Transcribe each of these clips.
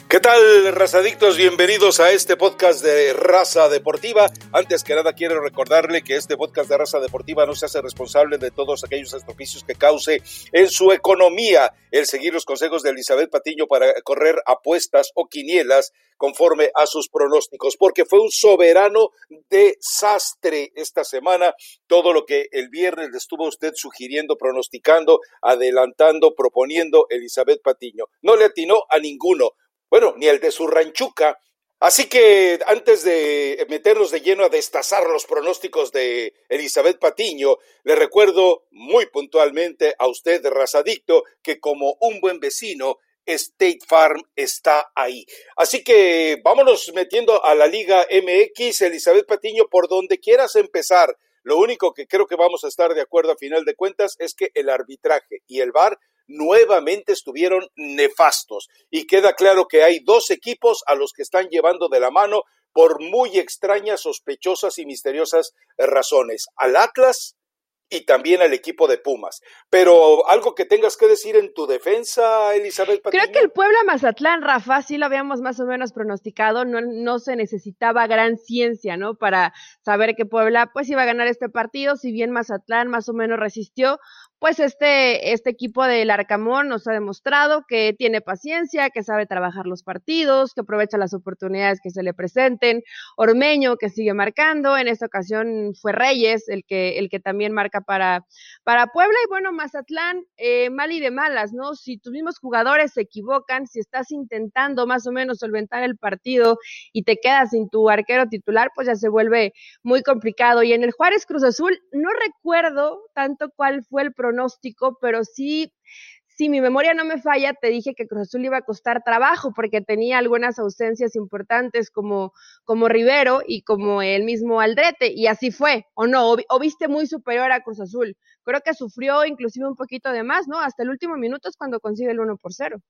¿Qué tal, razadictos? Bienvenidos a este podcast de Raza Deportiva. Antes que nada, quiero recordarle que este podcast de Raza Deportiva no se hace responsable de todos aquellos estropicios que cause en su economía el seguir los consejos de Elizabeth Patiño para correr apuestas o quinielas conforme a sus pronósticos, porque fue un soberano desastre esta semana todo lo que el viernes le estuvo usted sugiriendo, pronosticando, adelantando, proponiendo Elizabeth Patiño. No le atinó a ninguno. Bueno, ni el de su ranchuca. Así que antes de meternos de lleno a destazar los pronósticos de Elizabeth Patiño, le recuerdo muy puntualmente a usted, razadicto, que como un buen vecino, State Farm está ahí. Así que vámonos metiendo a la Liga MX, Elizabeth Patiño, por donde quieras empezar. Lo único que creo que vamos a estar de acuerdo a final de cuentas es que el arbitraje y el VAR nuevamente estuvieron nefastos y queda claro que hay dos equipos a los que están llevando de la mano por muy extrañas, sospechosas y misteriosas razones, al Atlas y también al equipo de Pumas. Pero algo que tengas que decir en tu defensa, Elizabeth Patiño. Creo que el Puebla-Mazatlán, Rafa, sí lo habíamos más o menos pronosticado, no se necesitaba gran ciencia, ¿no? Para saber que Puebla pues iba a ganar este partido, si bien Mazatlán más o menos resistió, pues este equipo del Arcamón nos ha demostrado que tiene paciencia, que sabe trabajar los partidos, que aprovecha las oportunidades que se le presenten. Ormeño, que sigue marcando, en esta ocasión fue Reyes el que también marca para Puebla, y bueno, Mazatlán, mal y de malas, ¿no? Si tus mismos jugadores se equivocan, si estás intentando más o menos solventar el partido y te quedas sin tu arquero titular, pues ya se vuelve muy complicado. Y en el Juárez Cruz Azul, no recuerdo tanto cuál fue el pronóstico, pero sí, si mi memoria no me falla, te dije que Cruz Azul iba a costar trabajo porque tenía algunas ausencias importantes como Rivero y como el mismo Aldrete, y así fue, ¿o no? ¿O viste muy superior a Cruz Azul? Creo que sufrió inclusive un poquito de más, ¿no? Hasta el último minuto es cuando consigue el 1-0.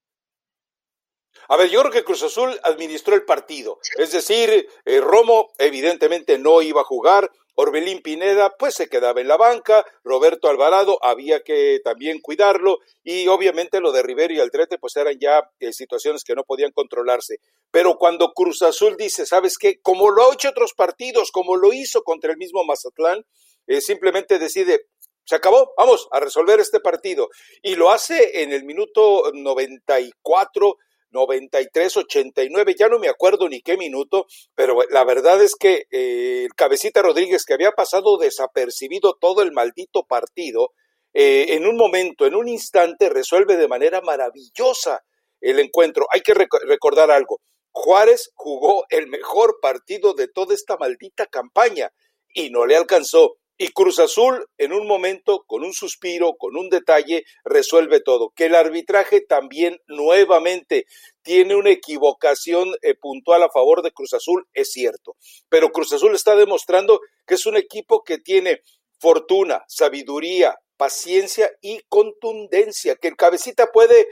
A ver, yo creo que Cruz Azul administró el partido, es decir, Romo evidentemente no iba a jugar, Orbelín Pineda pues se quedaba en la banca, Roberto Alvarado había que también cuidarlo y obviamente lo de Rivero y Aldrete pues eran ya situaciones que no podían controlarse. Pero cuando Cruz Azul dice, ¿sabes qué? Como lo ha hecho otros partidos, como lo hizo contra el mismo Mazatlán, simplemente decide, se acabó, vamos a resolver este partido. Y lo hace en el minuto 94, 93, 89, ya no me acuerdo ni qué minuto, pero la verdad es que el Cabecita Rodríguez, que había pasado desapercibido todo el maldito partido, en un momento, en un instante, resuelve de manera maravillosa el encuentro. Hay que recordar algo, Juárez jugó el mejor partido de toda esta maldita campaña y no le alcanzó. Y Cruz Azul, en un momento, con un suspiro, con un detalle, resuelve todo. Que el arbitraje también nuevamente tiene una equivocación puntual a favor de Cruz Azul, es cierto. Pero Cruz Azul está demostrando que es un equipo que tiene fortuna, sabiduría, paciencia y contundencia. Que el Cabecita puede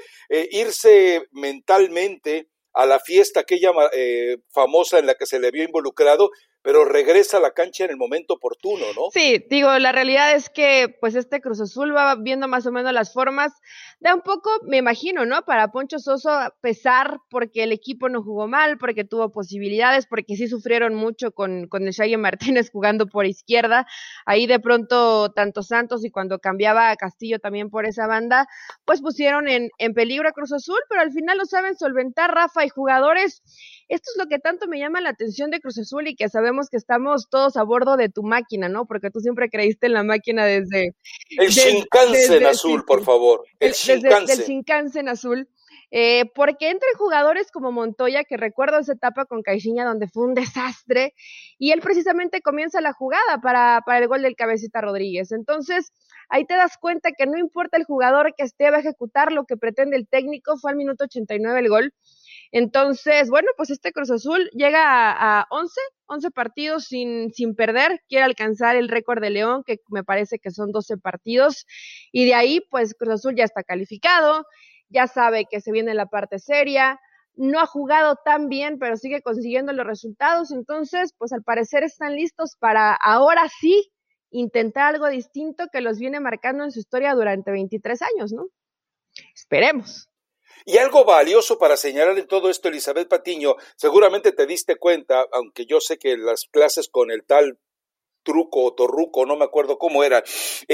irse mentalmente a la fiesta aquella famosa en la que se le vio involucrado, pero regresa a la cancha en el momento oportuno, ¿no? Sí, digo, la realidad es que pues este Cruz Azul va viendo más o menos las formas, da un poco, me imagino, ¿no? Para Poncho Soso pesar porque el equipo no jugó mal, porque tuvo posibilidades, porque sí sufrieron mucho con el Shaggy Martínez jugando por izquierda, ahí de pronto tanto Santos y cuando cambiaba a Castillo también por esa banda, pues pusieron en peligro a Cruz Azul, pero al final lo saben solventar, Rafa, y jugadores. Esto es lo que tanto me llama la atención de Cruz Azul y que sabemos que estamos todos a bordo de tu máquina, ¿no? Porque tú siempre creíste en la máquina desde... El Shinkansen azul, sí, por favor. El Shinkansen. Desde el Shinkansen azul. Porque entran jugadores como Montoya, que recuerdo esa etapa con Caixinha donde fue un desastre, y él precisamente comienza la jugada para el gol del Cabecita Rodríguez. Entonces, ahí te das cuenta que no importa el jugador que esté, va a ejecutar lo que pretende el técnico. Fue al minuto 89 el gol. Entonces, bueno, pues este Cruz Azul llega a 11 partidos sin perder, quiere alcanzar el récord de León, que me parece que son 12 partidos, y de ahí, pues Cruz Azul ya está calificado, ya sabe que se viene la parte seria, no ha jugado tan bien, pero sigue consiguiendo los resultados, entonces, pues al parecer están listos para ahora sí intentar algo distinto que los viene marcando en su historia durante 23 años, ¿no? Esperemos. Y algo valioso para señalar en todo esto, Elizabeth Patiño, seguramente te diste cuenta, aunque yo sé que las clases con el tal Truco o Torruco, no me acuerdo cómo era,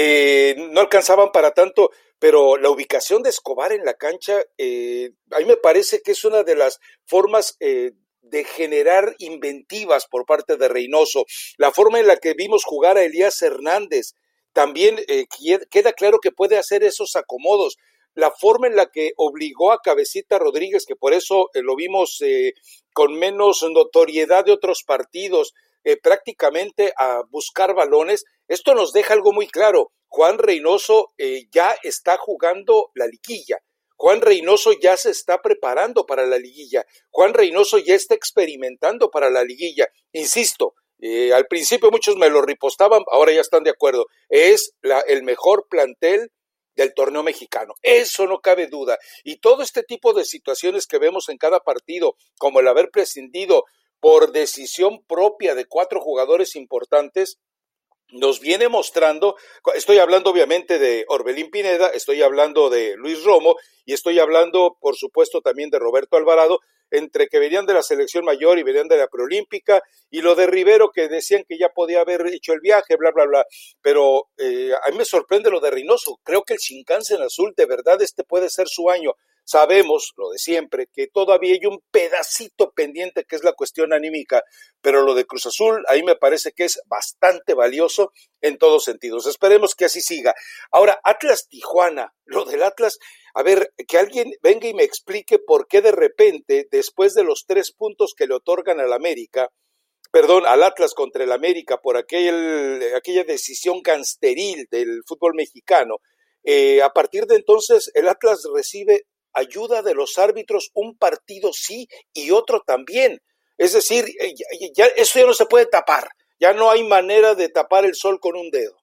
no alcanzaban para tanto, pero la ubicación de Escobar en la cancha, a mí me parece que es una de las formas de generar inventivas por parte de Reynoso, la forma en la que vimos jugar a Elías Hernández, también queda claro que puede hacer esos acomodos, la forma en la que obligó a Cabecita Rodríguez, que por eso lo vimos con menos notoriedad de otros partidos, prácticamente a buscar balones, esto nos deja algo muy claro. Juan Reynoso ya está jugando la liguilla. Juan Reynoso ya se está preparando para la liguilla. Juan Reynoso ya está experimentando para la liguilla. Insisto, al principio muchos me lo ripostaban, ahora ya están de acuerdo. Es el mejor plantel del torneo mexicano. Eso no cabe duda. Y todo este tipo de situaciones que vemos en cada partido, como el haber prescindido por decisión propia de 4 jugadores importantes, nos viene mostrando, estoy hablando obviamente de Orbelín Pineda, estoy hablando de Luis Romo y estoy hablando por supuesto también de Roberto Alvarado, entre que venían de la selección mayor y venían de la preolímpica, y lo de Rivero que decían que ya podía haber hecho el viaje, bla, bla, bla, pero a mí me sorprende lo de Reynoso, creo que el Shinkansen Azul, de verdad este puede ser su año. Sabemos, lo de siempre, que todavía hay un pedacito pendiente que es la cuestión anímica, pero lo de Cruz Azul ahí me parece que es bastante valioso en todos sentidos. Esperemos que así siga. Ahora, Atlas Tijuana, lo del Atlas, a ver, que alguien venga y me explique por qué de repente, después de los 3 puntos que le otorgan al América, perdón, al Atlas contra el América por aquella decisión gangsteril del fútbol mexicano, a partir de entonces el Atlas recibe ayuda de los árbitros, un partido sí y otro también. Es decir, eso ya no se puede tapar, ya no hay manera de tapar el sol con un dedo.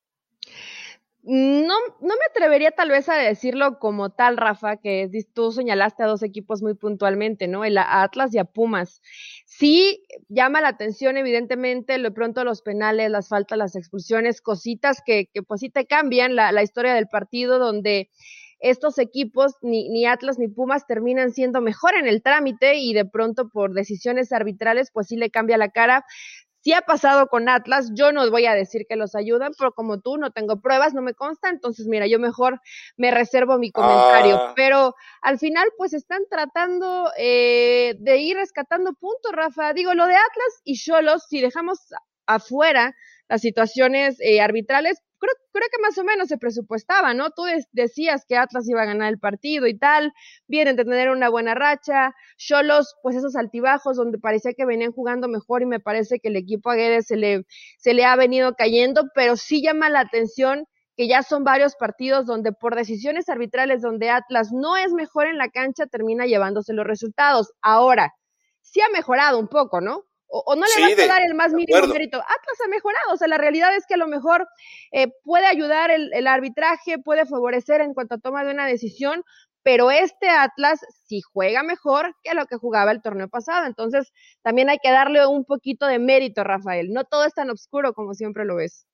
No me atrevería tal vez a decirlo como tal, Rafa, que tú señalaste a 2 equipos muy puntualmente, ¿no? A Atlas y a Pumas. Sí llama la atención, evidentemente, de pronto los penales, las faltas, las expulsiones, cositas que pues sí te cambian la historia del partido, donde estos equipos, ni Atlas ni Pumas, terminan siendo mejor en el trámite y de pronto por decisiones arbitrales, pues sí le cambia la cara. Sí ha pasado con Atlas, yo no voy a decir que los ayudan, pero como tú no tengo pruebas, no me consta, entonces mira, yo mejor me reservo mi comentario, pero al final pues están tratando de ir rescatando puntos, Rafa. Digo, lo de Atlas y Xolos, si dejamos afuera las situaciones arbitrales, creo que más o menos se presupuestaba, ¿no? Tú decías que Atlas iba a ganar el partido y tal, vienen de tener una buena racha, Xolos, pues esos altibajos donde parecía que venían jugando mejor y me parece que el equipo Aguirre se le ha venido cayendo, pero sí llama la atención que ya son varios partidos donde por decisiones arbitrales, donde Atlas no es mejor en la cancha, termina llevándose los resultados. Ahora, sí ha mejorado un poco, ¿no? O no le vas a dar el más mínimo mérito. Atlas ha mejorado, o sea, la realidad es que a lo mejor puede ayudar el arbitraje, puede favorecer en cuanto a toma de una decisión, pero este Atlas sí juega mejor que lo que jugaba el torneo pasado, entonces también hay que darle un poquito de mérito, Rafael, no todo es tan oscuro como siempre lo ves.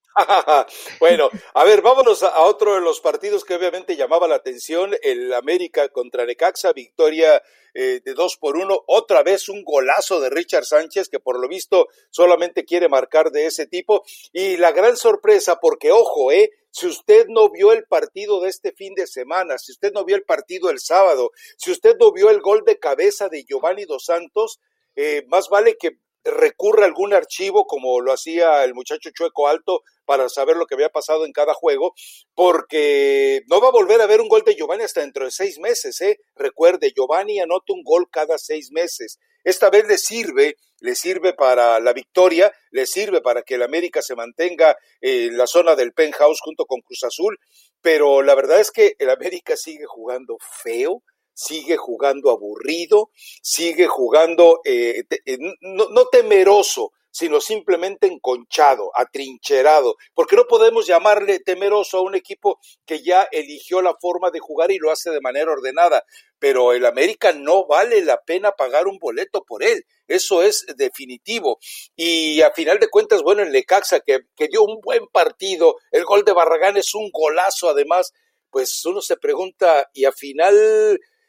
Bueno, a ver, vámonos a otro de los partidos que obviamente llamaba la atención, el América contra Necaxa, victoria de 2-1, otra vez un golazo de Richard Sánchez, que por lo visto solamente quiere marcar de ese tipo, y la gran sorpresa, porque ojo, si usted no vio el partido de este fin de semana, si usted no vio el partido el sábado, si usted no vio el gol de cabeza de Giovanni Dos Santos, más vale que recurra a algún archivo como lo hacía el muchacho Chueco Alto para saber lo que había pasado en cada juego, porque no va a volver a ver un gol de Giovanni hasta dentro de 6 meses, Recuerde, Giovanni anota un gol cada 6 meses. Esta vez le sirve para la victoria, le sirve para que el América se mantenga en la zona del penthouse junto con Cruz Azul, pero la verdad es que el América sigue jugando feo, sigue jugando aburrido, sigue jugando no temeroso, sino simplemente enconchado, atrincherado, porque no podemos llamarle temeroso a un equipo que ya eligió la forma de jugar y lo hace de manera ordenada, pero el América no vale la pena pagar un boleto por él, eso es definitivo, y a final de cuentas, bueno, el Necaxa que dio un buen partido, el gol de Barragán es un golazo además, pues uno se pregunta, y al final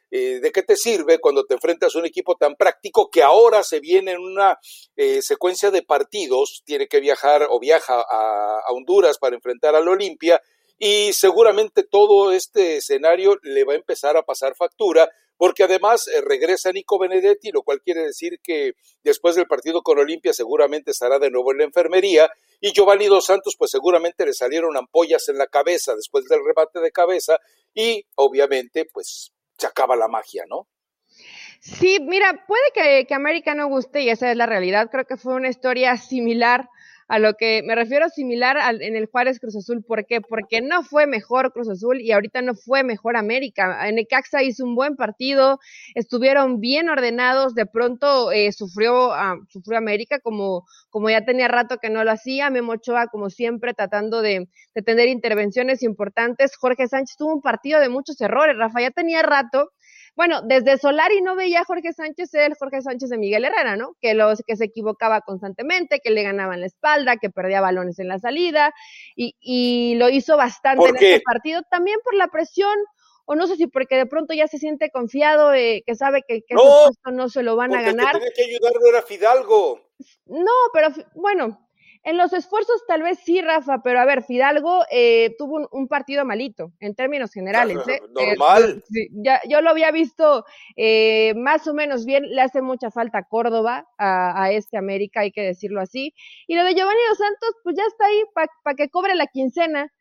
¿de qué te sirve cuando te enfrentas a un equipo tan práctico que ahora se viene en una secuencia de partidos? Tiene que viajar o viaja a Honduras para enfrentar al Olimpia, y seguramente todo este escenario le va a empezar a pasar factura, porque además regresa Nico Benedetti, lo cual quiere decir que después del partido con Olimpia seguramente estará de nuevo en la enfermería, y Giovanni Dos Santos pues seguramente le salieron ampollas en la cabeza después del remate de cabeza, y obviamente pues se acaba la magia, ¿no? Sí, mira, puede que América no guste, y esa es la realidad. Creo que fue una historia similar a lo que me refiero, en el Juárez Cruz Azul. ¿Por qué? Porque no fue mejor Cruz Azul y ahorita no fue mejor América. Necaxa hizo un buen partido, estuvieron bien ordenados, de pronto sufrió América como ya tenía rato que no lo hacía. Memo Ochoa, como siempre, tratando de tener intervenciones importantes. Jorge Sánchez tuvo un partido de muchos errores, Rafa, ya tenía rato. Bueno, desde Solari no veía a Jorge Sánchez el Jorge Sánchez de Miguel Herrera, ¿no? Que se equivocaba constantemente, que le ganaban la espalda, que perdía balones en la salida, y lo hizo bastante en este partido, también por la presión, o no sé si porque de pronto ya se siente confiado, que sabe que ese puesto no se lo van a ganar. Porque tenía que ayudarlo era Fidalgo. No, pero bueno, en los esfuerzos tal vez sí, Rafa, pero a ver, Fidalgo tuvo un partido malito, en términos generales. Normal. Yo lo había visto más o menos bien, le hace mucha falta Córdoba a este América, hay que decirlo así. Y lo de Giovanni Dos Santos, pues ya está ahí para que cobre la quincena.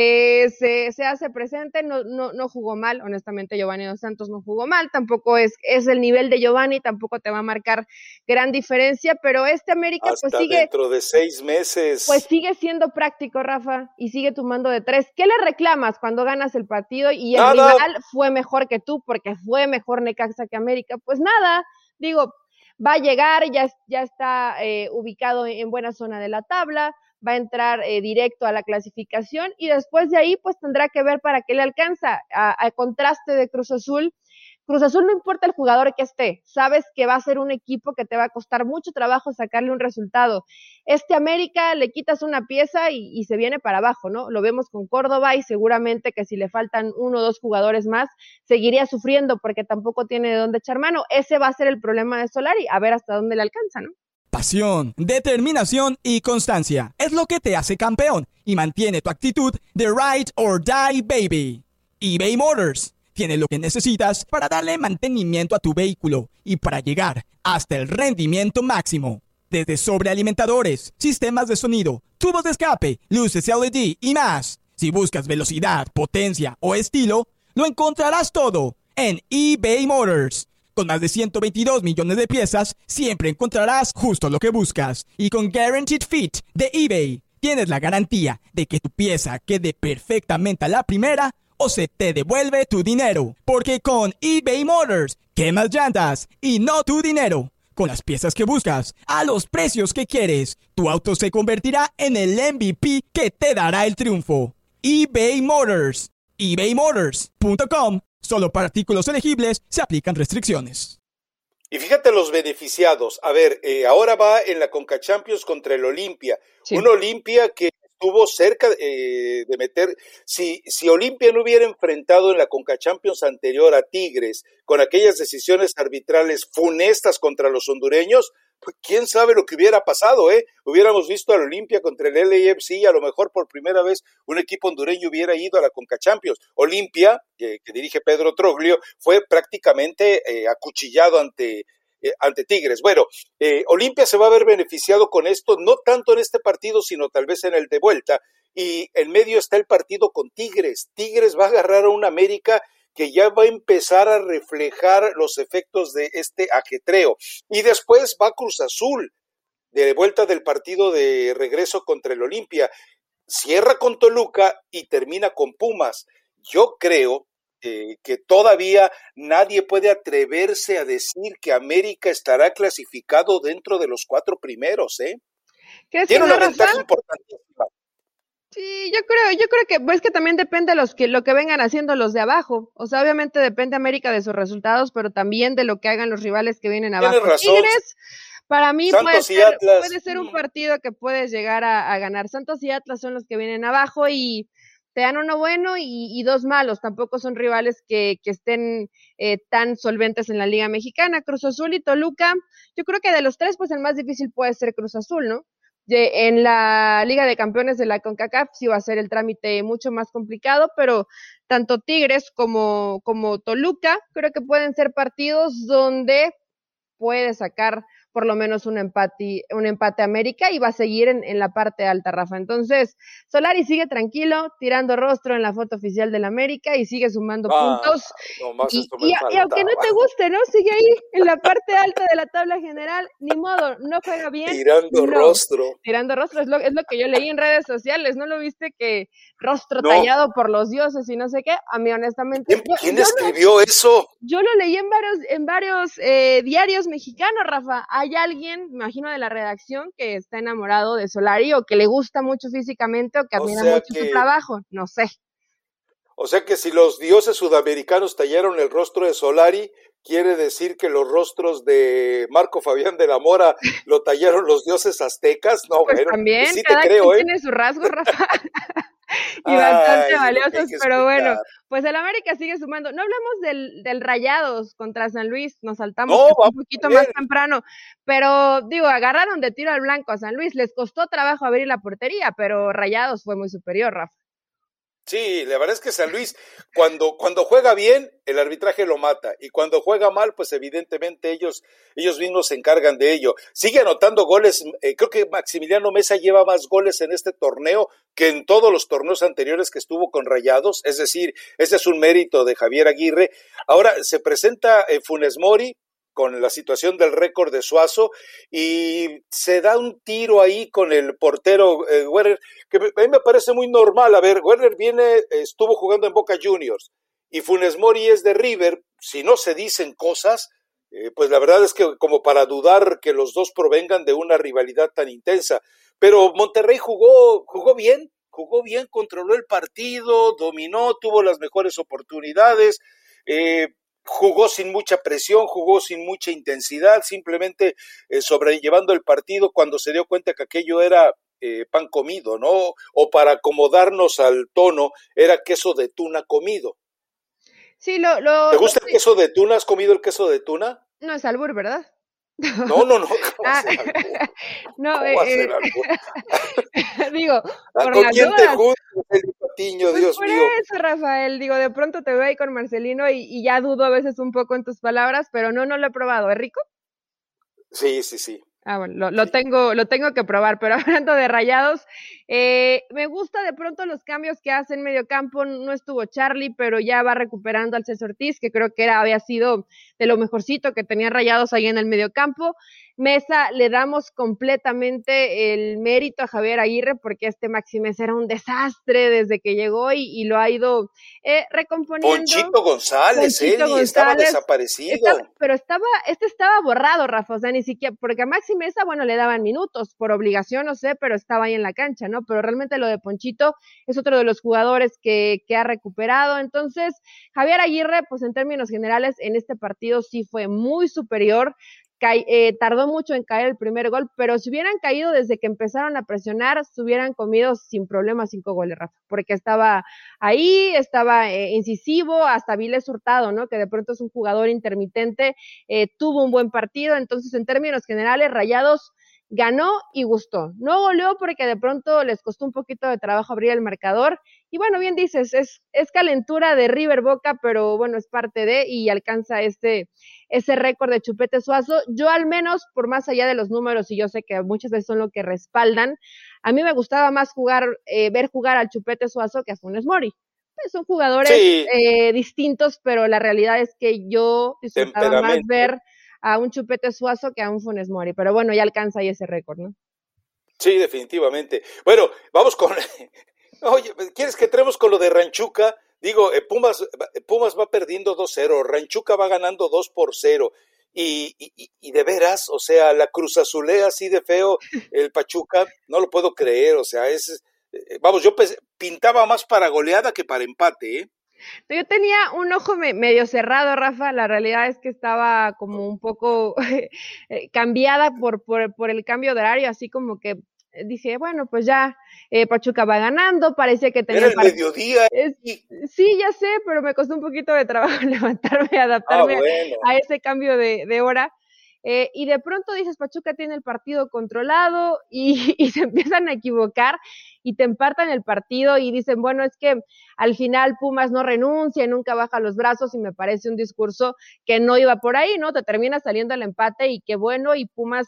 Se hace presente, no jugó mal, honestamente Giovanni Dos Santos no jugó mal, tampoco es el nivel de Giovanni, tampoco te va a marcar gran diferencia, pero este América hasta pues sigue dentro de 6 meses. Pues sigue siendo práctico, Rafa, y sigue tomando de 3. ¿Qué le reclamas cuando ganas el partido y el rival fue mejor que tú porque fue mejor Necaxa que América? Pues nada, digo, va a llegar, ya está ubicado en buena zona de la tabla, va a entrar directo a la clasificación, y después de ahí pues tendrá que ver para qué le alcanza. A contraste de Cruz Azul no importa el jugador que esté, sabes que va a ser un equipo que te va a costar mucho trabajo sacarle un resultado. América le quitas una pieza y se viene para abajo, ¿no? Lo vemos con Córdoba, y seguramente que si le faltan 1 o 2 jugadores más, seguiría sufriendo porque tampoco tiene de dónde echar mano. Ese va a ser el problema de Solari, a ver hasta dónde le alcanza, ¿no? Pasión, determinación y constancia es lo que te hace campeón y mantiene tu actitud de ride or die, baby. eBay Motors tiene lo que necesitas para darle mantenimiento a tu vehículo y para llegar hasta el rendimiento máximo. Desde sobrealimentadores, sistemas de sonido, tubos de escape, luces LED y más. Si buscas velocidad, potencia o estilo, lo encontrarás todo en eBay Motors. Con más de 122 millones de piezas, siempre encontrarás justo lo que buscas. Y con Guaranteed Fit de eBay, tienes la garantía de que tu pieza quede perfectamente a la primera o se te devuelve tu dinero. Porque con eBay Motors, quemas llantas y no tu dinero. Con las piezas que buscas, a los precios que quieres, tu auto se convertirá en el MVP que te dará el triunfo. eBay Motors. ebaymotors.com. Solo para artículos elegibles se aplican restricciones. Y fíjate los beneficiados. A ver, ahora va en la Conca Champions contra el Olimpia. Sí. Un Olimpia que estuvo cerca de meter. Si Olimpia no hubiera enfrentado en la Conca Champions anterior a Tigres con aquellas decisiones arbitrales funestas contra los hondureños, pues quién sabe lo que hubiera pasado, ¿eh? Hubiéramos visto al Olimpia contra el LAFC y a lo mejor por primera vez un equipo hondureño hubiera ido a la Conca Champions. Olimpia, que dirige Pedro Troglio, fue prácticamente acuchillado ante Tigres. Bueno, Olimpia se va a ver beneficiado con esto, no tanto en este partido, sino tal vez en el de vuelta. Y en medio está el partido con Tigres. Tigres va a agarrar a un América que ya va a empezar a reflejar los efectos de este ajetreo. Y después va Cruz Azul, de vuelta del partido de regreso contra el Olimpia. Cierra con Toluca y termina con Pumas. Yo creo que todavía nadie puede atreverse a decir que América estará clasificado dentro de los 4 primeros, ¿eh? Tiene una ventaja importantísima. Sí, yo creo que pues que también depende de lo que vengan haciendo los de abajo. O sea, obviamente depende América de sus resultados, pero también de lo que hagan los rivales que vienen abajo. Tienes razón. Tigres, para mí puede ser un partido que puedes llegar a ganar. Santos y Atlas son los que vienen abajo, y te te dan uno bueno y dos malos, tampoco son rivales que estén tan solventes en la Liga Mexicana. Cruz Azul y Toluca, yo creo que de los tres, pues el más difícil puede ser Cruz Azul, ¿no? En la Liga de Campeones de la CONCACAF sí va a ser el trámite mucho más complicado, pero tanto Tigres como Toluca creo que pueden ser partidos donde puede sacar por lo menos un empate América y va a seguir en la parte alta, Rafa. Entonces, Solari sigue tranquilo, tirando rostro en la foto oficial del América y sigue sumando puntos. Nomás esto me Y faltaba. aunque no te guste, ¿no? Sigue ahí en la parte alta de la tabla general, ni modo, no juega bien. Tirando rostro. Tirando rostro, es lo que yo leí en redes sociales, ¿no lo viste? Que rostro tallado por los dioses y no sé qué. A mí, honestamente. ¿Quién escribió eso? Yo lo leí en varios diarios mexicanos, Rafa. Hay alguien, me imagino de la redacción, que está enamorado de Solari o que le gusta mucho físicamente o que admira mucho su trabajo, no sé. O sea que si los dioses sudamericanos tallaron el rostro de Solari, quiere decir que los rostros de Marco Fabián de la Mora lo tallaron los dioses aztecas. No, pues bueno, también, pues sí cada te creo, quien tiene sus rasgos, Rafa. Y bastante valiosos, pero bueno, pues el América sigue sumando. No hablamos del Rayados contra San Luis, nos saltamos un poquito más temprano, pero digo, agarraron de tiro al blanco a San Luis, les costó trabajo abrir la portería, pero Rayados fue muy superior, Rafa. Sí, la verdad es que San Luis, cuando juega bien, el arbitraje lo mata, y cuando juega mal, pues evidentemente ellos mismos se encargan de ello. Sigue anotando goles, creo que Maximiliano Mesa lleva más goles en este torneo que en todos los torneos anteriores que estuvo con Rayados, es decir, ese es un mérito de Javier Aguirre. Ahora se presenta Funes Mori con la situación del récord de Suazo y se da un tiro ahí con el portero Werner, que a mí me parece muy normal. A ver, Werner estuvo jugando en Boca Juniors y Funes Mori es de River. Si no se dicen cosas, pues la verdad es que como para dudar que los dos provengan de una rivalidad tan intensa. Pero Monterrey jugó bien, controló el partido, dominó, tuvo las mejores oportunidades, jugó sin mucha presión, jugó sin mucha intensidad, simplemente sobrellevando el partido cuando se dio cuenta que aquello era pan comido, ¿no? O para acomodarnos al tono, era queso de tuna comido. Sí, ¿Te gusta el queso de tuna? ¿Has comido el queso de tuna? No es albur, ¿verdad? No. ¿Cómo hacer albur? No, hacer albur? Digo, por ¿con las quién dudas. te juntas, el Patiño, Dios por mío? Eso, Rafael, digo, de pronto te veo ahí con Marcelino y ya dudo a veces un poco en tus palabras, pero no lo he probado. ¿Es rico? Sí. Ah, bueno, lo tengo que probar, pero hablando de Rayados, me gusta de pronto los cambios que hace en medio campo. No estuvo Charlie, pero ya va recuperando al César Ortiz, que creo que había sido de lo mejorcito que tenía Rayados ahí en el medio campo. Mesa, le damos completamente el mérito a Javier Aguirre, porque Maxi Mesa era un desastre desde que llegó y lo ha ido recomponiendo. Ponchito González, estaba desaparecido. Estaba borrado, Rafa, o sea, ni siquiera, porque a Maxi Mesa, bueno, le daban minutos por obligación, no sé, pero estaba ahí en la cancha, ¿no? Pero realmente lo de Ponchito es otro de los jugadores que ha recuperado. Entonces, Javier Aguirre, pues en términos generales, en este partido sí fue muy superior. Tardó mucho en caer el primer gol, pero si hubieran caído desde que empezaron a presionar, se hubieran comido sin problema 5 goles, Rafa, porque estaba ahí, estaba incisivo, hasta Viles Hurtado, ¿no? Que de pronto es un jugador intermitente, tuvo un buen partido. Entonces, en términos generales, Rayados ganó y gustó. No goleó porque de pronto les costó un poquito de trabajo abrir el marcador. Y bueno, bien dices, es calentura de River Boca, pero bueno, es parte de, y alcanza ese récord de Chupete Suazo. Yo al menos, por más allá de los números, y yo sé que muchas veces son lo que respaldan, a mí me gustaba más ver jugar al Chupete Suazo que a Funes Mori. Pues son jugadores distintos, pero la realidad es que yo disfrutaba más ver a un Chupete Suazo que a un Funes Mori, pero bueno, ya alcanza ahí ese récord, ¿no? Sí, definitivamente. Bueno, vamos con... Oye, ¿quieres que entremos con lo de Ranchuca? Digo, Pumas va perdiendo 2-0, Ranchuca va ganando 2-0, y de veras, o sea, la Cruz Azulea así de feo, el Pachuca, no lo puedo creer, o sea, yo pintaba más para goleada que para empate, ¿eh? Yo tenía un ojo medio cerrado, Rafa. La realidad es que estaba como un poco cambiada por el cambio de horario, así como que dije, bueno, pues ya Pachuca va ganando, parecía que tenía... Era el mediodía. Sí, ya sé, pero me costó un poquito de trabajo levantarme, adaptarme bueno. a ese cambio de hora. Y de pronto dices, Pachuca tiene el partido controlado y se empiezan a equivocar y te empatan el partido y dicen, bueno, es que al final Pumas no renuncia, nunca baja los brazos y me parece un discurso que no iba por ahí, ¿no? Te termina saliendo el empate y qué bueno, y Pumas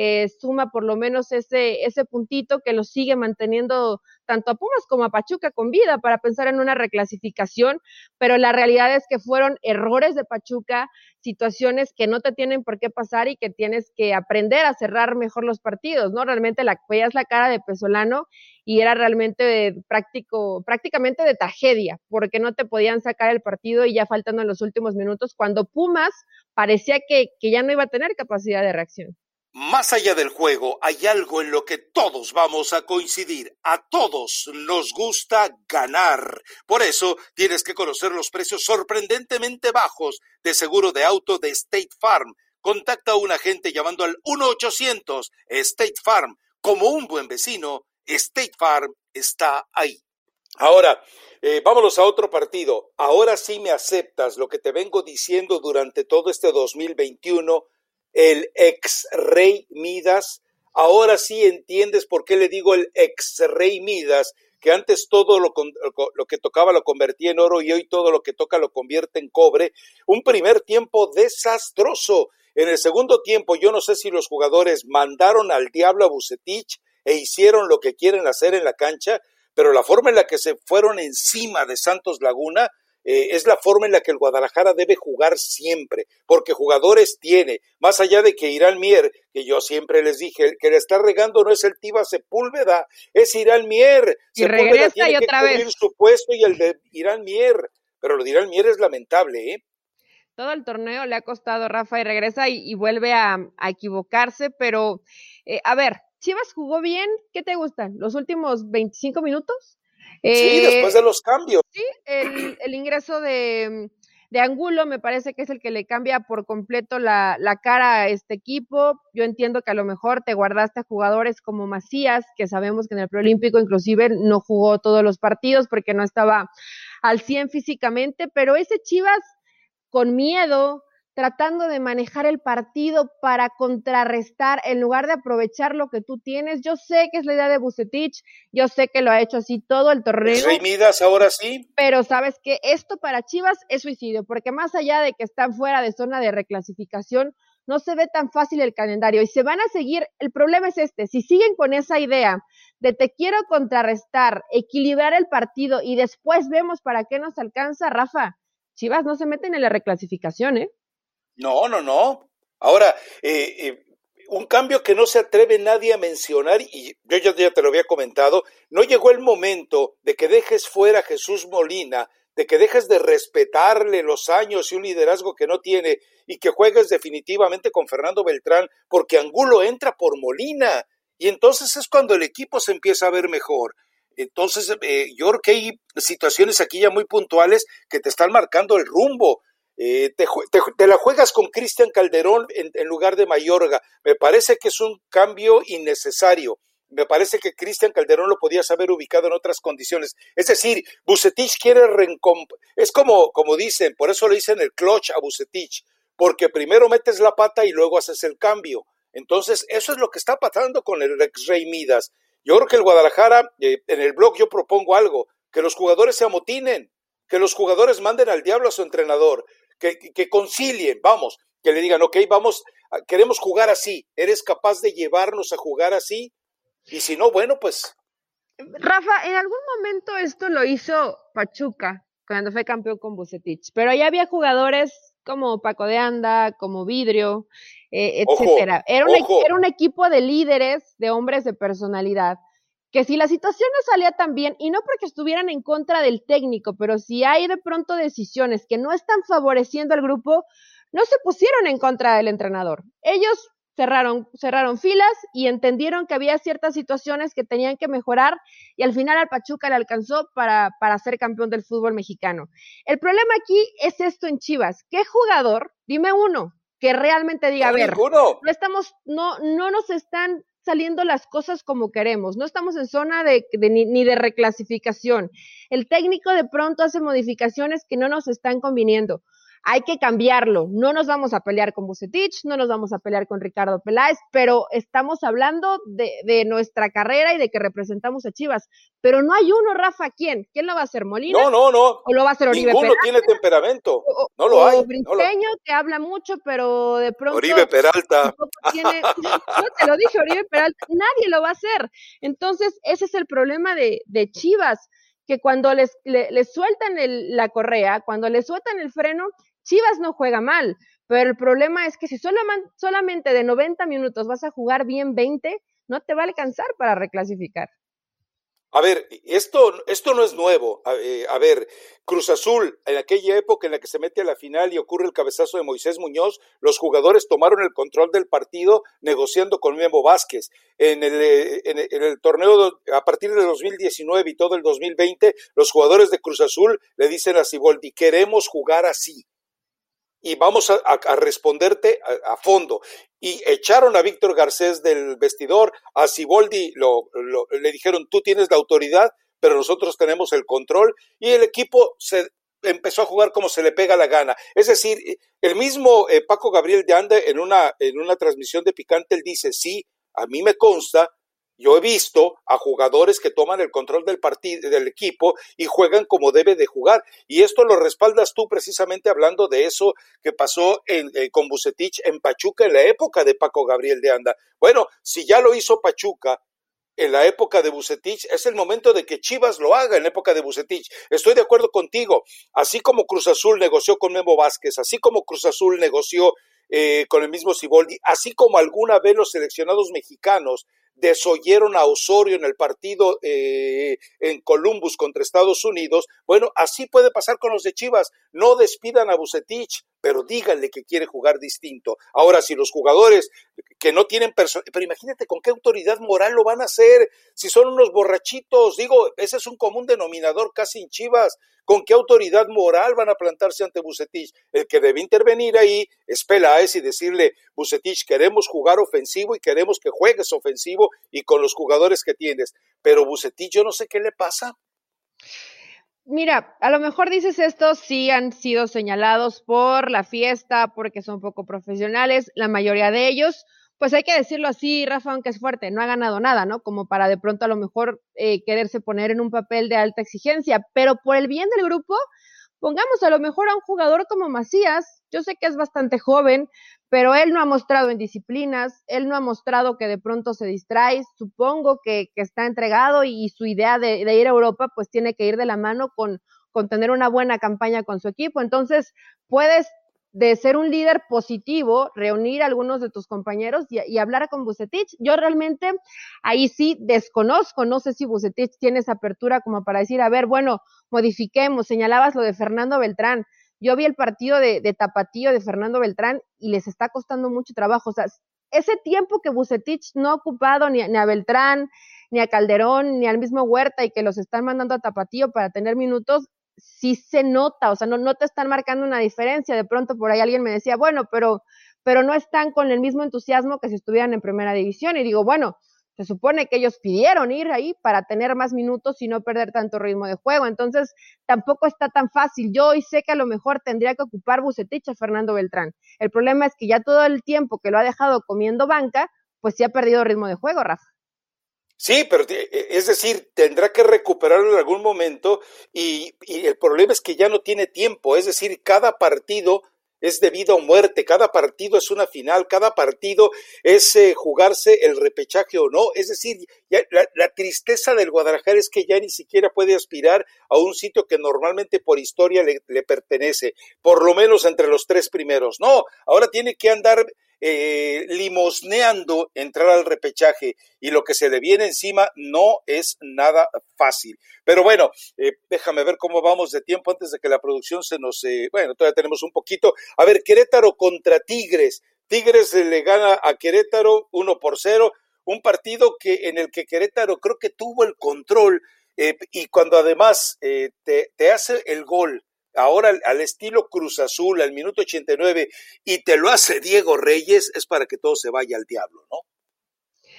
suma por lo menos ese puntito que lo sigue manteniendo tanto a Pumas como a Pachuca con vida para pensar en una reclasificación, pero la realidad es que fueron errores de Pachuca, situaciones que no te tienen por qué pasar y que tienes que aprender a cerrar mejor los partidos, ¿no? Realmente veías la cara de Pesolano y era realmente prácticamente de tragedia, porque no te podían sacar el partido y ya faltando en los últimos minutos, cuando Pumas parecía que ya no iba a tener capacidad de reacción. Más allá del juego, hay algo en lo que todos vamos a coincidir. A todos nos gusta ganar. Por eso tienes que conocer los precios sorprendentemente bajos de seguro de auto de State Farm. Contacta a un agente llamando al 1-800 State Farm. Como un buen vecino, State Farm está ahí. Ahora, vámonos a otro partido. Ahora sí me aceptas lo que te vengo diciendo durante todo este 2021. El ex-rey Midas, ahora sí entiendes por qué le digo el ex-rey Midas, que antes todo lo que tocaba lo convertía en oro y hoy todo lo que toca lo convierte en cobre. Un primer tiempo desastroso. En el segundo tiempo yo no sé si los jugadores mandaron al diablo a Vucetich e hicieron lo que quieren hacer en la cancha, pero la forma en la que se fueron encima de Santos Laguna es la forma en la que el Guadalajara debe jugar siempre, porque jugadores tiene, más allá de que Irán Mier, que yo siempre les dije, el que le está regando no es el Tiva Sepúlveda, es Irán Mier. Y Sepúlveda tiene que cubrir su puesto y el de Irán Mier, pero lo de Irán Mier es lamentable, ¿eh? Todo el torneo le ha costado Rafa y regresa y vuelve a equivocarse, pero a ver, Chivas jugó bien, ¿qué te gustan? ¿Los últimos 25 minutos? Sí, después de los cambios. Sí, el ingreso de Angulo me parece que es el que le cambia por completo la cara a este equipo. Yo entiendo que a lo mejor te guardaste a jugadores como Macías, que sabemos que en el preolímpico inclusive no jugó todos los partidos porque no estaba al 100 físicamente, pero ese Chivas con miedo, tratando de manejar el partido para contrarrestar en lugar de aprovechar lo que tú tienes. Yo sé que es la idea de Vucetich, yo sé que lo ha hecho así todo el torneo. Rey Midas ahora sí. Pero sabes que esto para Chivas es suicidio, porque más allá de que están fuera de zona de reclasificación, no se ve tan fácil el calendario y se van a seguir. El problema es si siguen con esa idea de te quiero contrarrestar, equilibrar el partido y después vemos para qué nos alcanza, Rafa, Chivas no se meten en la reclasificación, ¿eh? No. Ahora, un cambio que no se atreve nadie a mencionar, y yo ya te lo había comentado, no llegó el momento de que dejes fuera a Jesús Molina, de que dejes de respetarle los años y un liderazgo que no tiene, y que juegues definitivamente con Fernando Beltrán, porque Angulo entra por Molina, y entonces es cuando el equipo se empieza a ver mejor. Entonces, yo creo que hay situaciones aquí ya muy puntuales que te están marcando el rumbo. Te la juegas con Cristian Calderón en lugar de Mayorga. Me parece que es un cambio innecesario. Me parece que Cristian Calderón lo podías haber ubicado en otras condiciones. Es decir, Vucetich quiere es como dicen, por eso le dicen el clutch a Vucetich, porque primero metes la pata y luego haces el cambio. Entonces, eso es lo que está pasando con el ex-rey Midas. Yo creo que el Guadalajara, en el blog yo propongo algo, que los jugadores se amotinen, que los jugadores manden al diablo a su entrenador, que concilien, vamos, que le digan, ok, vamos, queremos jugar así, ¿eres capaz de llevarnos a jugar así? Y si no, bueno, pues... Rafa, en algún momento esto lo hizo Pachuca, cuando fue campeón con Vucetich, pero ya había jugadores como Paco de Anda, como Vidrio, etcétera. Era un equipo de líderes, de hombres de personalidad, que si la situación no salía tan bien, y no porque estuvieran en contra del técnico, pero si hay de pronto decisiones que no están favoreciendo al grupo, no se pusieron en contra del entrenador. Ellos cerraron filas y entendieron que había ciertas situaciones que tenían que mejorar y al final al Pachuca le alcanzó para ser campeón del fútbol mexicano. El problema aquí es esto en Chivas. ¿Qué jugador, dime uno, que realmente diga, a ver, no nos están saliendo las cosas como queremos, no estamos en zona ni de reclasificación. El técnico de pronto hace modificaciones que no nos están conviniendo. Hay que cambiarlo, no nos vamos a pelear con Vucetich, no nos vamos a pelear con Ricardo Peláez, pero estamos hablando de nuestra carrera y de que representamos a Chivas, pero no hay uno, Rafa, ¿quién lo va a hacer, Molina? No, ¿O lo va a hacer Oribe ninguno Peralta? tiene temperamento, no lo hay. Briseño, que habla mucho, pero de pronto Oribe Peralta. tiene, no te lo dije, Oribe Peralta, nadie lo va a hacer. Entonces, ese es el problema de Chivas, que cuando les sueltan la correa, cuando les sueltan el freno, Chivas no juega mal, pero el problema es que si solamente de 90 minutos vas a jugar bien 20, no te va a alcanzar para reclasificar. A ver, esto no es nuevo. A ver, Cruz Azul, en aquella época en la que se mete a la final y ocurre el cabezazo de Moisés Muñoz, los jugadores tomaron el control del partido negociando con Memo Vázquez. En el torneo a partir de 2019 y todo el 2020, los jugadores de Cruz Azul le dicen a Siboldi, queremos jugar así y vamos a responderte a fondo. Y echaron a Víctor Garcés del vestidor, a Siboldi le dijeron, tú tienes la autoridad, pero nosotros tenemos el control, y el equipo se empezó a jugar como se le pega la gana. Es decir, el mismo Paco Gabriel de Anda en una transmisión de Picante, él dice, sí, a mí me consta, yo he visto a jugadores que toman el control del equipo y juegan como debe de jugar. Y esto lo respaldas tú precisamente hablando de eso que pasó con Vucetich en Pachuca en la época de Paco Gabriel de Anda. Bueno, si ya lo hizo Pachuca en la época de Vucetich, es el momento de que Chivas lo haga en la época de Vucetich. Estoy de acuerdo contigo. Así como Cruz Azul negoció con Memo Vázquez, así como Cruz Azul negoció con el mismo Siboldi, así como alguna vez los seleccionados mexicanos desoyeron a Osorio en el partido en Columbus contra Estados Unidos, bueno, así puede pasar con los de Chivas. No despidan a Vucetich, pero díganle que quiere jugar distinto. Ahora, si los jugadores que no tienen pero imagínate con qué autoridad moral lo van a hacer, si son unos borrachitos, digo, ese es un común denominador casi en Chivas. ¿Con qué autoridad moral van a plantarse ante Vucetich? El que debe intervenir ahí es Peláez y decirle, Vucetich, queremos jugar ofensivo y queremos que juegues ofensivo y con los jugadores que tienes. Pero Vucetich, yo no sé qué le pasa. Mira, a lo mejor dices esto, sí han sido señalados por la fiesta, porque son poco profesionales, la mayoría de ellos, pues hay que decirlo así, Rafa, aunque es fuerte, no ha ganado nada, ¿no? Como para de pronto a lo mejor quererse poner en un papel de alta exigencia, pero por el bien del grupo, pongamos a lo mejor a un jugador como Macías, yo sé que es bastante joven, pero él no ha mostrado indisciplinas, él no ha mostrado que de pronto se distrae, supongo que está entregado y su idea de ir a Europa pues tiene que ir de la mano con tener una buena campaña con su equipo, entonces puedes de ser un líder positivo, reunir a algunos de tus compañeros y hablar con Vucetich. Yo realmente ahí sí desconozco, no sé si Vucetich tiene esa apertura como para decir, a ver, bueno, modifiquemos, señalabas lo de Fernando Beltrán. Yo vi el partido de Tapatío de Fernando Beltrán y les está costando mucho trabajo. O sea, ese tiempo que Vucetich no ha ocupado ni a Beltrán, ni a Calderón, ni al mismo Huerta y que los están mandando a Tapatío para tener minutos, sí se nota, o sea, no te están marcando una diferencia. De pronto por ahí alguien me decía, bueno, pero no están con el mismo entusiasmo que si estuvieran en primera división. Y digo, bueno, se supone que ellos pidieron ir ahí para tener más minutos y no perder tanto ritmo de juego. Entonces, tampoco está tan fácil. Yo hoy sé que a lo mejor tendría que ocupar Vucetich a Fernando Beltrán. El problema es que ya todo el tiempo que lo ha dejado comiendo banca, pues sí ha perdido ritmo de juego, Rafa. Sí, pero es decir, tendrá que recuperarlo en algún momento y el problema es que ya no tiene tiempo, es decir, cada partido es de vida o muerte, cada partido es una final, cada partido es jugarse el repechaje o no, es decir, ya la tristeza del Guadalajara es que ya ni siquiera puede aspirar a un sitio que normalmente por historia le pertenece, por lo menos entre los 3 primeros, no, ahora tiene que andar limosneando entrar al repechaje y lo que se le viene encima no es nada fácil. Pero bueno, déjame ver cómo vamos de tiempo antes de que la producción se nos... bueno, todavía tenemos un poquito. A ver, Querétaro contra Tigres. Tigres le gana a Querétaro 1-0, un partido en el que Querétaro creo que tuvo el control y cuando además te hace el gol ahora al estilo Cruz Azul, al minuto 89, y te lo hace Diego Reyes, es para que todo se vaya al diablo, ¿no?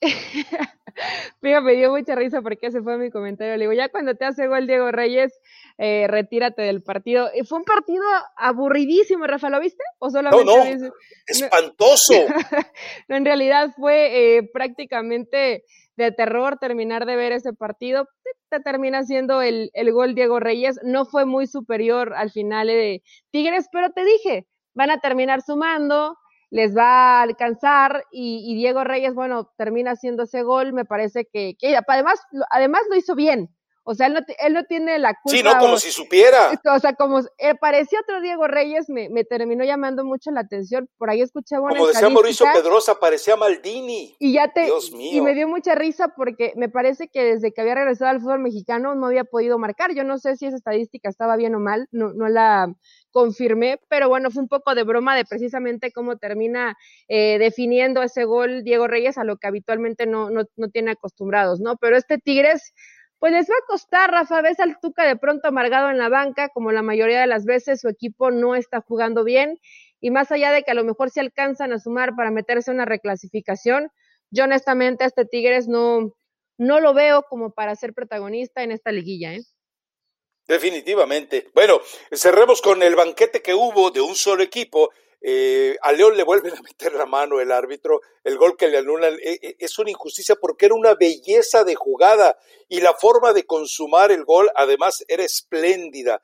Fíjate, me dio mucha risa porque ese fue mi comentario. Le digo, ya cuando te hace gol Diego Reyes, retírate del partido. Y fue un partido aburridísimo, Rafa, ¿lo viste? ¿O solamente No, viste? espantoso. No, en realidad fue prácticamente de terror terminar de ver ese partido. Te termina siendo el gol Diego Reyes. No fue muy superior al final de Tigres, pero te dije, van a terminar sumando, les va a alcanzar y Diego Reyes, bueno, termina haciendo ese gol, me parece que además lo hizo bien, o sea, él no tiene la culpa. Sí, no, como si supiera. O sea, como parecía otro Diego Reyes, me terminó llamando mucho la atención, por ahí escuché una como decía Mauricio Pedrosa, parecía Maldini. Y Dios mío. Y me dio mucha risa porque me parece que desde que había regresado al fútbol mexicano no había podido marcar. Yo no sé si esa estadística estaba bien o mal, no la confirmé, pero bueno, fue un poco de broma de precisamente cómo termina definiendo ese gol Diego Reyes a lo que habitualmente no tiene acostumbrados, ¿no? Pero este Tigres, pues les va a costar, Rafa. Ves al Tuca de pronto amargado en la banca, como la mayoría de las veces su equipo no está jugando bien, y más allá de que a lo mejor se alcanzan a sumar para meterse en una reclasificación, yo honestamente a este Tigres no lo veo como para ser protagonista en esta liguilla, ¿eh? Definitivamente. Bueno, cerremos con el banquete que hubo de un solo equipo. A León le vuelven a meter la mano el árbitro, el gol que le anulan es una injusticia porque era una belleza de jugada y la forma de consumar el gol además era espléndida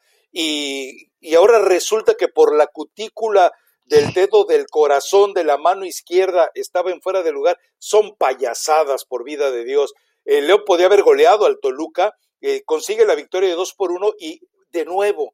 y ahora resulta que por la cutícula del dedo del corazón de la mano izquierda estaba en fuera de lugar. Son payasadas, por vida de Dios. León podía haber goleado al Toluca, consigue la victoria de 2-1 y de nuevo,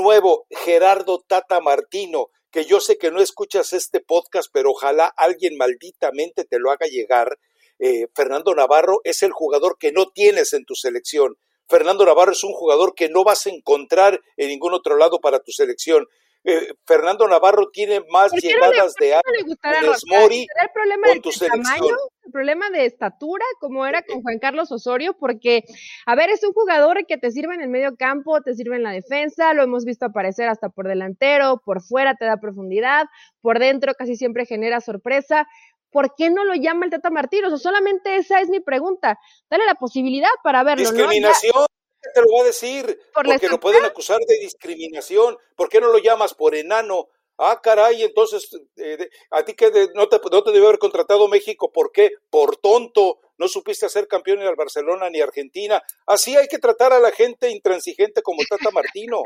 Gerardo Tata Martino, que yo sé que no escuchas este podcast, pero ojalá alguien malditamente te lo haga llegar. Fernando Navarro es el jugador que no tienes en tu selección. Fernando Navarro es un jugador que no vas a encontrar en ningún otro lado para tu selección. Fernando Navarro tiene más llegadas de Funes Mori con tu selección. El problema de estatura, como era con Juan Carlos Osorio, porque, a ver, es un jugador que te sirve en el medio campo, te sirve en la defensa, lo hemos visto aparecer hasta por delantero, por fuera te da profundidad, por dentro casi siempre genera sorpresa. ¿Por qué no lo llama el Tata Martino? O sea, solamente esa es mi pregunta. Dale la posibilidad para verlo, discriminación, ¿no? Te lo va a decir, porque lo pueden acusar de discriminación. ¿Por qué no lo llamas por enano? Ah, caray, entonces, a ti que no te debió haber contratado México, ¿por qué? Por tonto, no supiste hacer campeón en el Barcelona ni Argentina. Así hay que tratar a la gente intransigente como Tata Martino.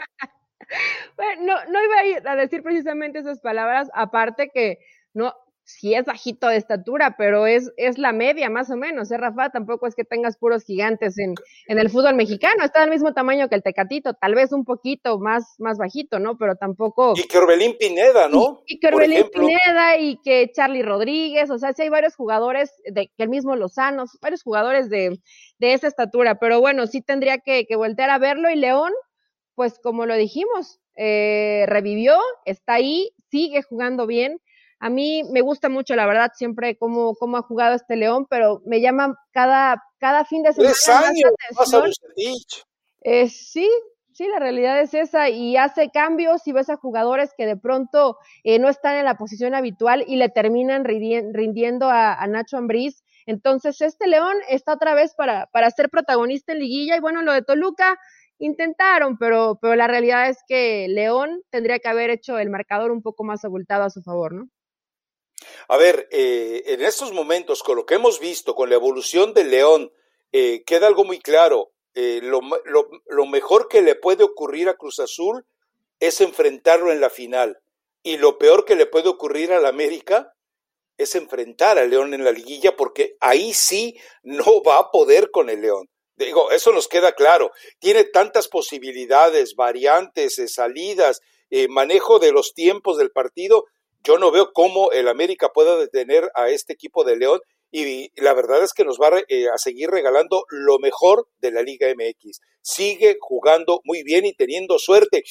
Bueno, no iba a decir precisamente esas palabras, aparte que no, sí es bajito de estatura, pero es la media más o menos, Rafa? Tampoco es que tengas puros gigantes en el fútbol mexicano, está del mismo tamaño que el Tecatito, tal vez un poquito más bajito, ¿no? Pero tampoco... Y que Orbelín Pineda, ¿no? Y que Orbelín Pineda y que Charlie Rodríguez, o sea, sí hay varios jugadores, que el mismo Lozano, varios jugadores de esa estatura, pero bueno, sí tendría que voltear a verlo, y León, pues como lo dijimos, revivió, está ahí, sigue jugando bien. A mí me gusta mucho, la verdad, siempre cómo ha jugado este León, pero me llama cada fin de semana 3 años más a Bucetich. Sí, la realidad es esa, y hace cambios y ves a jugadores que de pronto no están en la posición habitual y le terminan rindiendo a Nacho Ambriz. Entonces este León está otra vez para ser protagonista en liguilla, y bueno, lo de Toluca intentaron, pero la realidad es que León tendría que haber hecho el marcador un poco más abultado a su favor, ¿no? A ver, en estos momentos, con lo que hemos visto, con la evolución del León, queda algo muy claro. Lo mejor que le puede ocurrir a Cruz Azul es enfrentarlo en la final. Y lo peor que le puede ocurrir a la América es enfrentar al León en la liguilla, porque ahí sí no va a poder con el León. Digo, eso nos queda claro. Tiene tantas posibilidades, variantes, salidas, manejo de los tiempos del partido. Yo no veo cómo el América pueda detener a este equipo de León, y la verdad es que nos va a seguir regalando lo mejor de la Liga MX. Sigue jugando muy bien y teniendo suerte.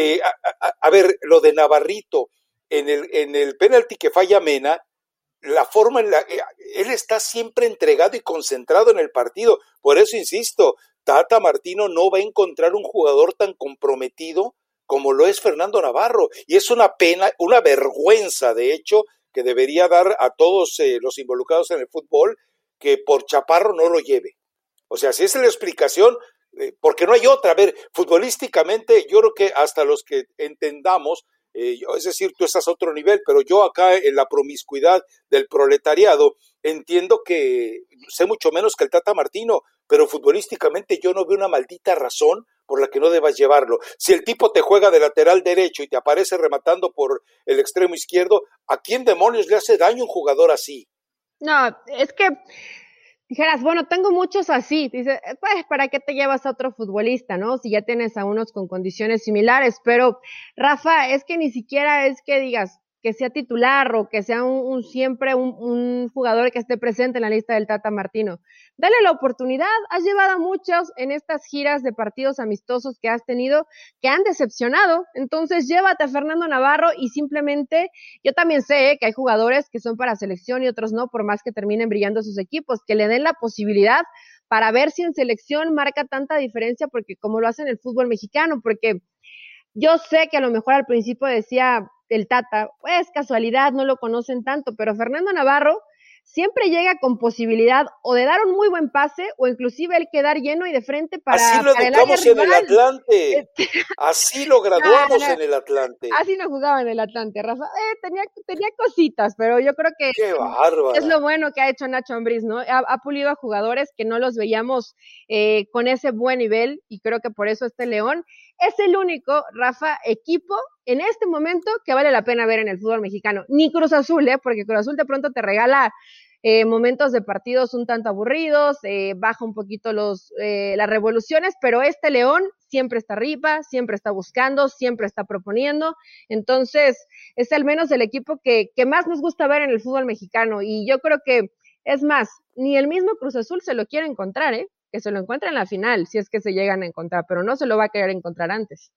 A ver, lo de Navarrito, en el penalti que falla Mena, la forma en la él está siempre entregado y concentrado en el partido. Por eso insisto, Tata Martino no va a encontrar un jugador tan comprometido como lo es Fernando Navarro, y es una pena, una vergüenza, de hecho, que debería dar a todos los involucrados en el fútbol, que por chaparro no lo lleve. O sea, si esa es la explicación, porque no hay otra. A ver, futbolísticamente, yo creo que hasta los que entendamos, es decir, tú estás a otro nivel, pero yo acá en la promiscuidad del proletariado entiendo que sé mucho menos que el Tata Martino, pero futbolísticamente yo no veo una maldita razón por la que no debas llevarlo. Si el tipo te juega de lateral derecho y te aparece rematando por el extremo izquierdo, ¿a quién demonios le hace daño un jugador así? No, es que dijeras, bueno, tengo muchos así. Dice, pues, ¿para qué te llevas a otro futbolista, no? Si ya tienes a unos con condiciones similares. Pero, Rafa, es que ni siquiera es que digas que sea titular o que sea siempre un jugador que esté presente en la lista del Tata Martino. Dale la oportunidad. Has llevado a muchos en estas giras de partidos amistosos que has tenido que han decepcionado. Entonces, llévate a Fernando Navarro y simplemente, yo también sé que hay jugadores que son para selección y otros no, por más que terminen brillando sus equipos, que le den la posibilidad para ver si en selección marca tanta diferencia, porque como lo hace en el fútbol mexicano, porque yo sé que a lo mejor al principio decía el Tata, pues casualidad, no lo conocen tanto, pero Fernando Navarro siempre llega con posibilidad o de dar un muy buen pase o inclusive el quedar lleno y de frente para así lo educamos en el Atlante, así lo graduamos en el Atlante. Así no jugaba en el Atlante, Rafa. Tenía cositas, pero yo creo que ¡qué bárbara! Es lo bueno que ha hecho Nacho Ambriz, ¿no? Ha pulido a jugadores que no los veíamos con ese buen nivel y creo que por eso este León es el único, Rafa, equipo en este momento que vale la pena ver en el fútbol mexicano. Ni Cruz Azul, porque Cruz Azul de pronto te regala momentos de partidos un tanto aburridos, baja un poquito las revoluciones, pero este León siempre está arriba, siempre está buscando, siempre está proponiendo. Entonces es al menos el equipo que más nos gusta ver en el fútbol mexicano, y yo creo que es más, ni el mismo Cruz Azul se lo quiere encontrar, que se lo encuentra en la final, si es que se llegan a encontrar, pero no se lo va a querer encontrar antes.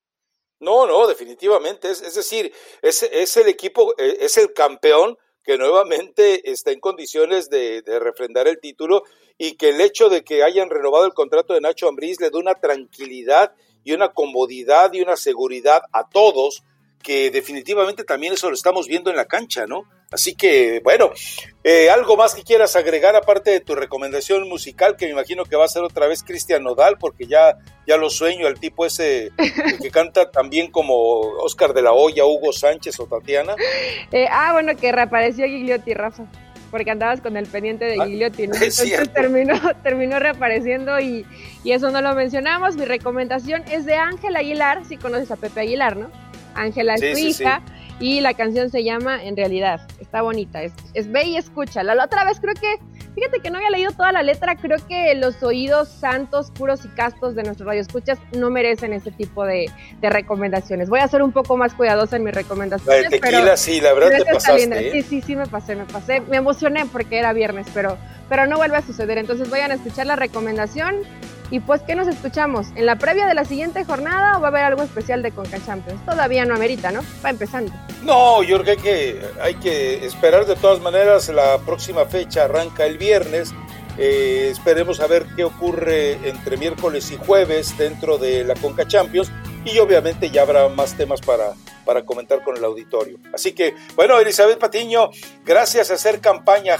No, definitivamente, es decir, es el equipo, es el campeón que nuevamente está en condiciones de refrendar el título, y que el hecho de que hayan renovado el contrato de Nacho Ambriz le da una tranquilidad y una comodidad y una seguridad a todos, que definitivamente también eso lo estamos viendo en la cancha, ¿no? Así que, bueno, algo más que quieras agregar aparte de tu recomendación musical, que me imagino que va a ser otra vez Cristian Nodal, porque ya lo sueño, el tipo ese que canta también como Oscar de la Hoya, Hugo Sánchez o Tatiana. Bueno, que reapareció Gigliotti, Rafa, porque andabas con el pendiente de Gigliotti, ¿no? Entonces terminó reapareciendo y eso no lo mencionamos. Mi recomendación es de Ángela Aguilar, si conoces a Pepe Aguilar, ¿no? Ángela es su hija, y la canción se llama En Realidad. Está bonita, ve y escúchala. La otra vez creo que, fíjate que no había leído toda la letra, creo que los oídos santos, puros y castos de nuestros radioescuchas no merecen ese tipo de recomendaciones. Voy a ser un poco más cuidadosa en mis recomendaciones. La de tequila, sí, la verdad te pasaste. Sí, me pasé. Me emocioné porque era viernes, pero no vuelve a suceder. Entonces vayan a escuchar la recomendación. Y pues, ¿qué nos escuchamos? ¿En la previa de la siguiente jornada o va a haber algo especial de Conca Champions? Todavía no amerita, ¿no? Va empezando. No, yo creo que hay que esperar. De todas maneras, la próxima fecha arranca el viernes. Esperemos a ver qué ocurre entre miércoles y jueves dentro de la Conca Champions, y obviamente ya habrá más temas para comentar con el auditorio. Así que, bueno, Elizabeth Patiño, gracias a hacer campaña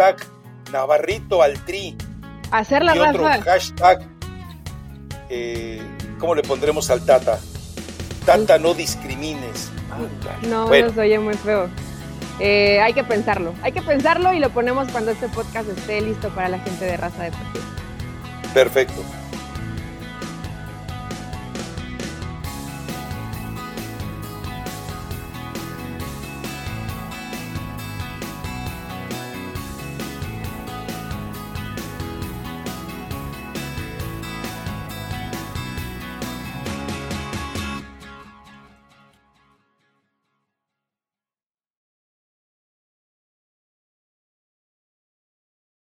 #Navarrito al Tri. Hacerla, y otro Rafa. hashtag, ¿cómo le pondremos al Tata? Tata, no discrimines. No, bueno. se oye muy feo. Hay que pensarlo y lo ponemos cuando este podcast esté listo para la gente de Raza Deportiva. Perfecto.